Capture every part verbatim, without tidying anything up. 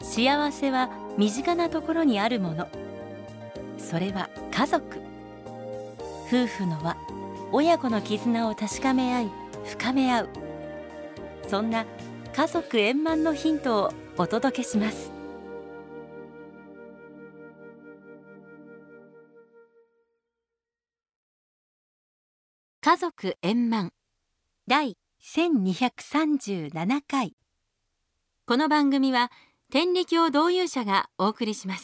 幸せは身近なところにあるもの。それは家族。夫婦の輪、親子の絆を確かめ合い、深め合う。そんな家族円満のヒントをお届けします。家族円満第せんにひゃくさんじゅうななかい。この番組は天理教導遊者がお送りします。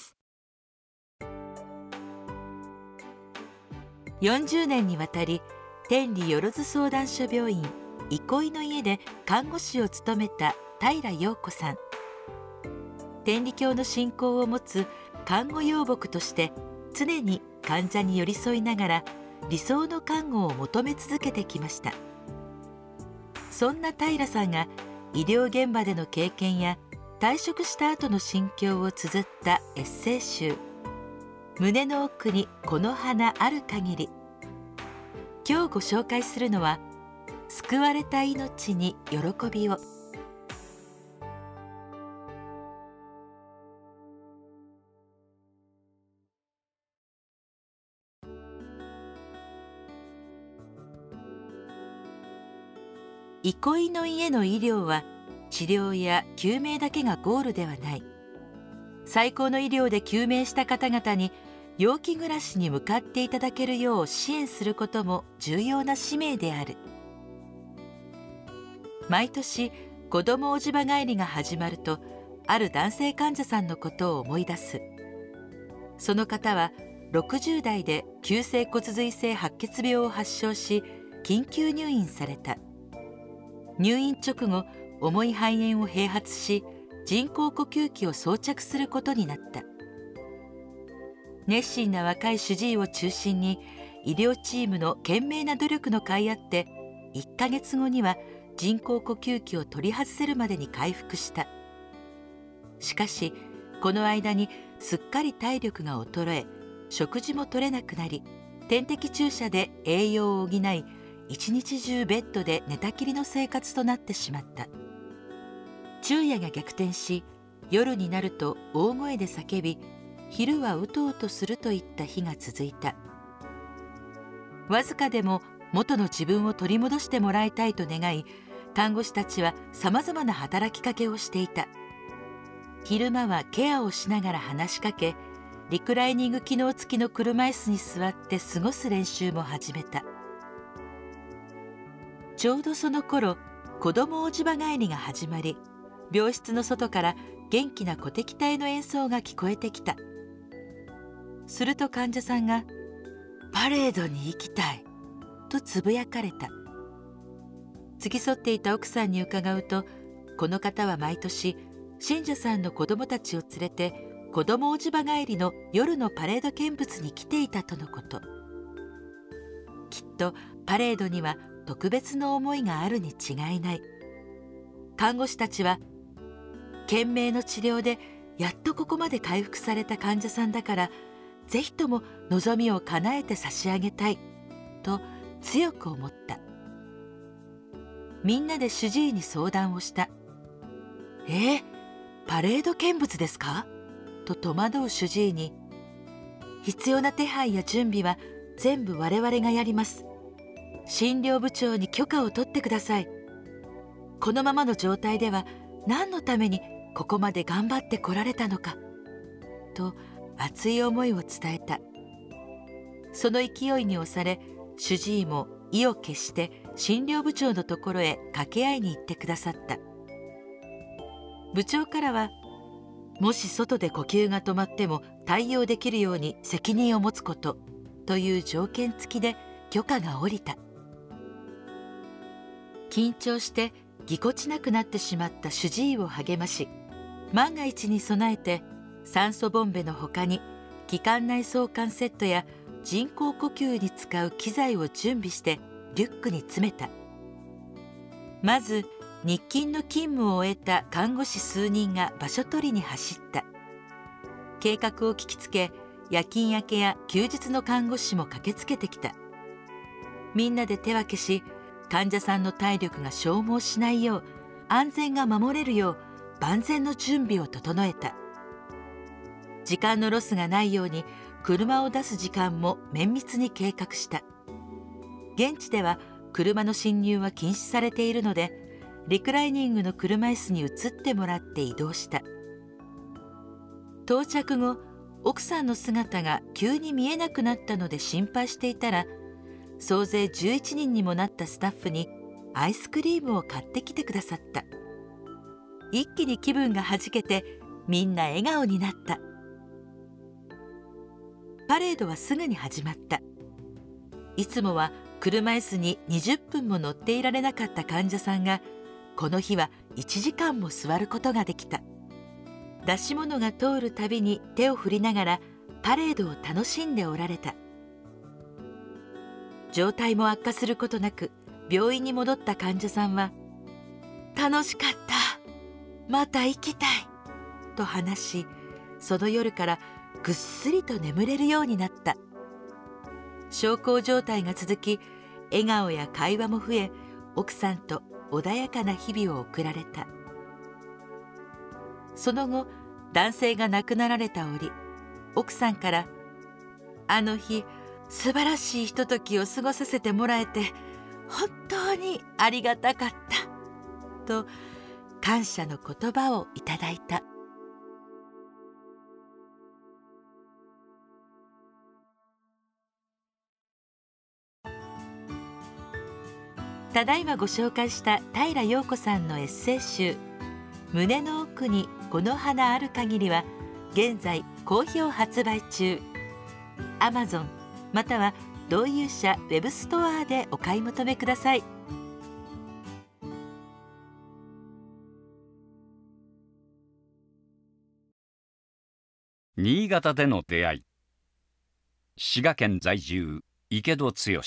よんじゅうねんにわたり天理よろず相談所病院憩いの家で看護師を務めた平陽子さん。天理教の信仰を持つ看護養牧として常に患者に寄り添いながら理想の看護を求め続けてきました。そんな平さんが医療現場での経験や退職した後の心境を綴ったエッセイ集「胸の奥にこの花ある限り」。今日ご紹介するのは「救われた命に喜びを」。憩いの家の医療は治療や救命だけがゴールではない。最高の医療で救命した方々に陽気暮らしに向かっていただけるよう支援することも重要な使命である。毎年子どもおじば帰りが始まるとある男性患者さんのことを思い出す。その方はろくじゅうだいで急性骨髄性白血病を発症し緊急入院された。入院直後、重い肺炎を併発し人工呼吸器を装着することになった。熱心な若い主治医を中心に医療チームの懸命な努力の甲斐あっていっかげつごには人工呼吸器を取り外せるまでに回復した。しかしこの間にすっかり体力が衰え食事も取れなくなり点滴注射で栄養を補い一日中ベッドで寝たきりの生活となってしまった。昼夜が逆転し夜になると大声で叫び昼はうとうとするといった日が続いた。わずかでも元の自分を取り戻してもらいたいと願い看護師たちはさまざまな働きかけをしていた。昼間はケアをしながら話しかけリクライニング機能付きの車椅子に座って過ごす練習も始めた。ちょうどその頃子どもおじば帰りが始まり病室の外から元気な鼓笛隊の演奏が聞こえてきた。すると患者さんが「パレードに行きたい」とつぶやかれた。付き添っていた奥さんに伺うとこの方は毎年信者さんの子どもたちを連れて子どもおじば帰りの夜のパレード見物に来ていたとのこと。きっとパレードには特別な思いがあるに違いない。看護師たちは懸命の治療でやっとここまで回復された患者さんだからぜひとも望みを叶えて差し上げたいと強く思った。みんなで主治医に相談をした。えー、パレード見物ですかと戸惑う主治医に、必要な手配や準備は全部我々がやります。診療部長に許可を取ってください。このままの状態では何のためにここまで頑張ってこられたのかと熱い思いを伝えた。その勢いに押され主治医も意を決して診療部長のところへ掛け合いに行ってくださった。部長からはもし外で呼吸が止まっても対応できるように責任を持つことという条件付きで許可が下りた。緊張してぎこちなくなってしまった主治医を励まし万が一に備えて酸素ボンベのほかに気管内相関セットや人工呼吸に使う機材を準備してリュックに詰めた。まず日勤の勤務を終えた看護師数人が場所取りに走った。計画を聞きつけ夜勤明けや休日の看護師も駆けつけてきた。みんなで手分けし患者さんの体力が消耗しないよう安全が守れるよう万全の準備を整えた。時間のロスがないように車を出す時間も綿密に計画した。現地では車の進入は禁止されているので、リクライニングの車椅子に移ってもらって移動した。到着後、奥さんの姿が急に見えなくなったので心配していたら、総勢じゅういちにんにもなったスタッフにアイスクリームを買ってきてくださった。一気に気分がはじけて、みんな笑顔になった。パレードはすぐに始まった。いつもは車椅子ににじゅっぷんも乗っていられなかった患者さんが、この日はいちじかんも座ることができた。出し物が通るたびに手を振りながらパレードを楽しんでおられた。状態も悪化することなく病院に戻った患者さんは、楽しかった、また行きたいと話し、その夜からぐっすりと眠れるようになった。小康状態が続き、笑顔や会話も増え、奥さんと穏やかな日々を送られた。その後、男性が亡くなられた折、奥さんから「あの日素晴らしいひとときを過ごさせてもらえて本当にありがたかった」と感謝の言葉をいただいた。ただいまご紹介した平陽子さんのエッセイ集「胸の奥にこの花ある限り」は現在好評発売中。 アマゾン または同友社ウェブストアでお買い求めください。 新潟での出会い。滋賀県在住、池戸剛。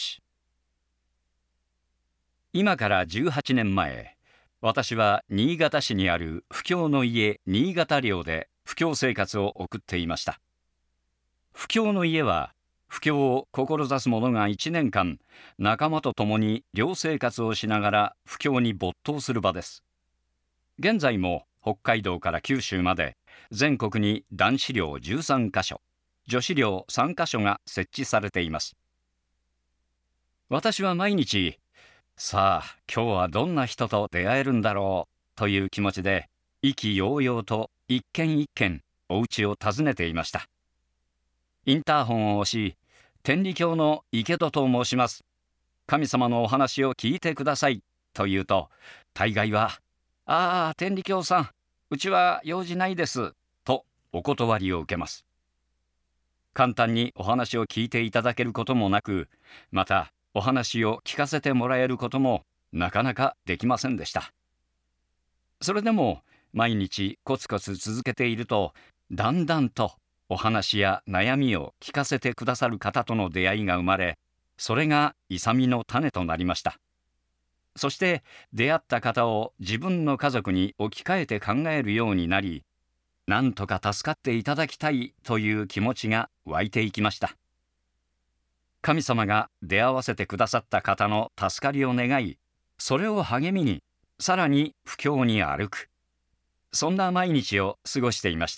今からじゅうはちねんまえ、私は新潟市にある布教の家新潟寮で布教生活を送っていました。布教の家は布教を志す者がいちねんかん仲間と共に寮生活をしながら布教に没頭する場です。現在も北海道から九州まで全国に男子寮じゅうさんかしょ、女子寮さんかしょが設置されています。私は毎日、さあ今日はどんな人と出会えるんだろうという気持ちで意気揚々と一軒一軒お家を訪ねていました。インターホンを押し、天理教の池戸と申します、神様のお話を聞いてくださいと言うと、大概はああ天理教さん、うちは用事ないですとお断りを受けます。簡単にお話を聞いていただけることもなく、またお話を聞かせてもらえることもなかなかできませんでした。それでも毎日コツコツ続けていると、だんだんとお話や悩みを聞かせてくださる方との出会いが生まれ、それが勇みの種となりました。そして出会った方を自分の家族に置き換えて考えるようになり、なんとか助かっていただきたいという気持ちが湧いていきました。神様が出会わせてくださった方の助かりを願い、それを励みにさらに布教に歩く、そんな毎日を過ごしていました。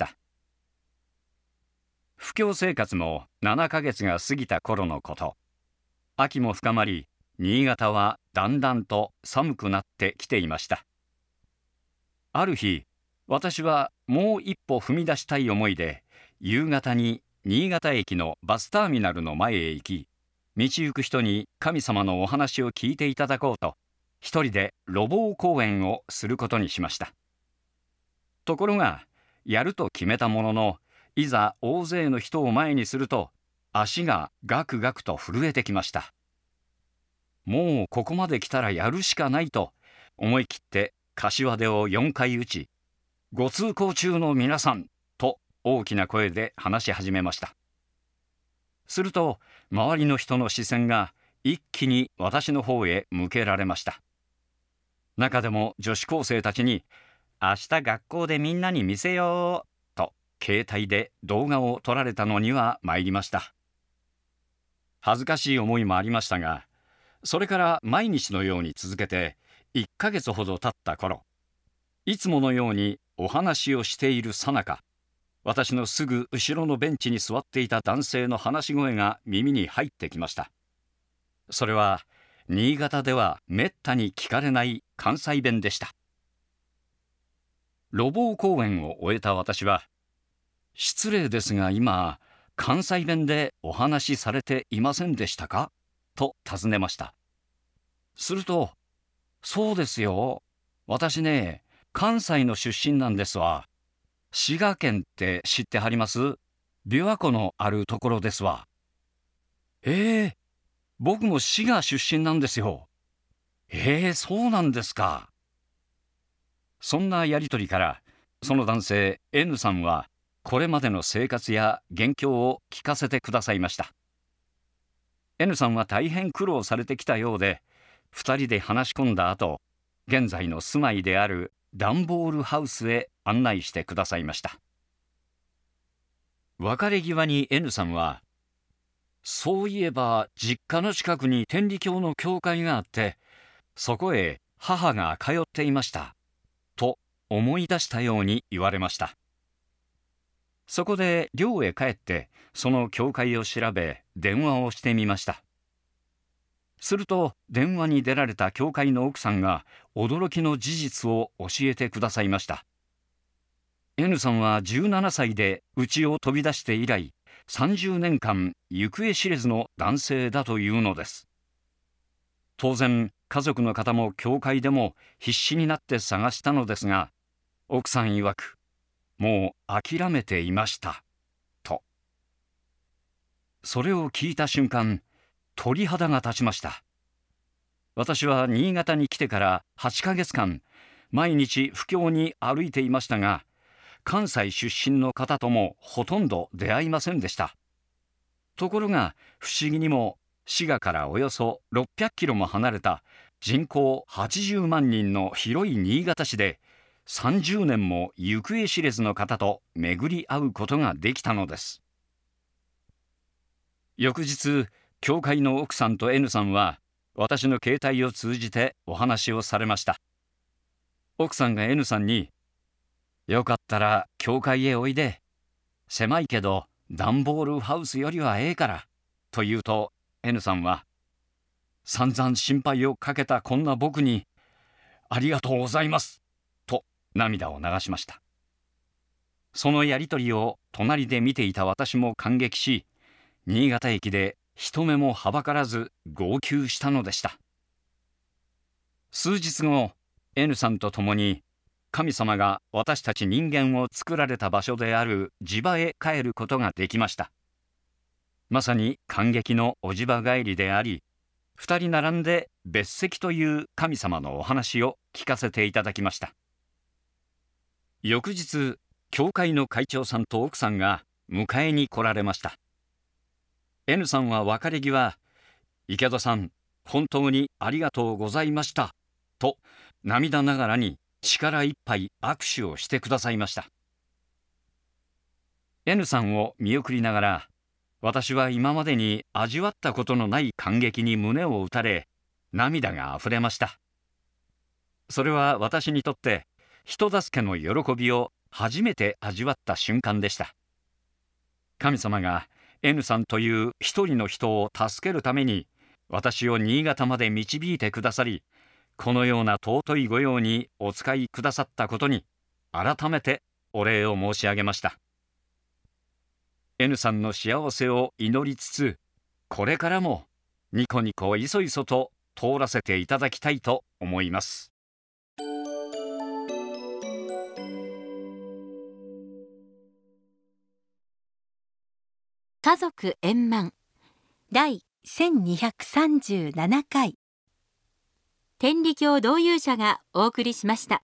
布教生活もななかげつが過ぎた頃のこと。秋も深まり、新潟はだんだんと寒くなってきていました。ある日、私はもう一歩踏み出したい思いで、夕方に新潟駅のバスターミナルの前へ行き、道行く人に神様のお話を聞いていただこうと、一人で路傍講演をすることにしました。ところが、やると決めたものの、いざ大勢の人を前にすると、足がガクガクと震えてきました。もうここまで来たらやるしかないと思い切って柏手をよんかい打ち、ご通行中の皆さんと大きな声で話し始めました。すると周りの人の視線が一気に私の方へ向けられました。中でも女子高生たちに、明日学校でみんなに見せようと携帯で動画を撮られたのには参りました。恥ずかしい思いもありましたが、それから毎日のように続けていっかげつほど経った頃、いつものようにお話をしているさなか、私のすぐ後ろのベンチに座っていた男性の話し声が耳に入ってきました。それは新潟ではめったに聞かれない関西弁でした。路傍公演を終えた私は、失礼ですが今、関西弁でお話しされていませんでしたかと尋ねました。すると、そうですよ。私ね、関西の出身なんですわ。滋賀県って知ってはります？琵琶湖のあるところですわ。ええ、僕も滋賀出身なんですよ。ええ、そうなんですか。そんなやりとりから、その男性 N さんは、これまでの生活や現況を聞かせてくださいました。N さんは大変苦労されてきたようで、二人で話し込んだ後、現在の住まいである段ボールハウスへ案内してくださいました。別れ際に N さんは、そういえば実家の近くに天理教の教会があって、そこへ母が通っていました、と思い出したように言われました。そこで寮へ帰って、その教会を調べ、電話をしてみました。すると、電話に出られた教会の奥さんが、驚きの事実を教えてくださいました。N さんはじゅうななさいで家を飛び出して以来、さんじゅうねんかん行方知れずの男性だというのです。当然、家族の方も教会でも必死になって探したのですが、奥さん曰く、もう諦めていました、と。それを聞いた瞬間、鳥肌が立ちました。私は新潟に来てからはちかげつかん、毎日布教に歩いていましたが、関西出身の方ともほとんど出会いませんでした。ところが不思議にも、滋賀からおよそろっぴゃくキロも離れた人口はちじゅうまんにんの広い新潟市で、さんじゅうねんも行方知れずの方と巡り会うことができたのです。翌日、教会の奥さんと N さんは、私の携帯を通じてお話をされました。奥さんが N さんに、よかったら教会へおいで。狭いけど段ボールハウスよりはええから。と言うと N さんは、散々心配をかけたこんな僕に、ありがとうございます。と涙を流しました。そのやりとりを隣で見ていた私も感激し、新潟駅で人目もはばからず号泣したのでした。数日後、N さんと共に神様が私たち人間を作られた場所である地場へ帰ることができました。まさに感激のお地場帰りであり、二人並んで別席という神様のお話を聞かせていただきました。翌日、教会の会長さんと奥さんが迎えに来られました。N さんは別れ際、池田さん、本当にありがとうございました、と涙ながらに力いっぱい握手をしてくださいました。N さんを見送りながら、私は今までに味わったことのない感激に胸を打たれ、涙があふれました。それは私にとって人助けの喜びを初めて味わった瞬間でした。神様がN さんという一人の人を助けるために私を新潟まで導いてくださり、このような尊い御用にお使いくださったことに改めてお礼を申し上げました。N さんの幸せを祈りつつ、これからもニコニコいそいそと通らせていただきたいと思います。 家族円満第せんにひゃくさんじゅうななかい、天理教導遊者がお送りしました。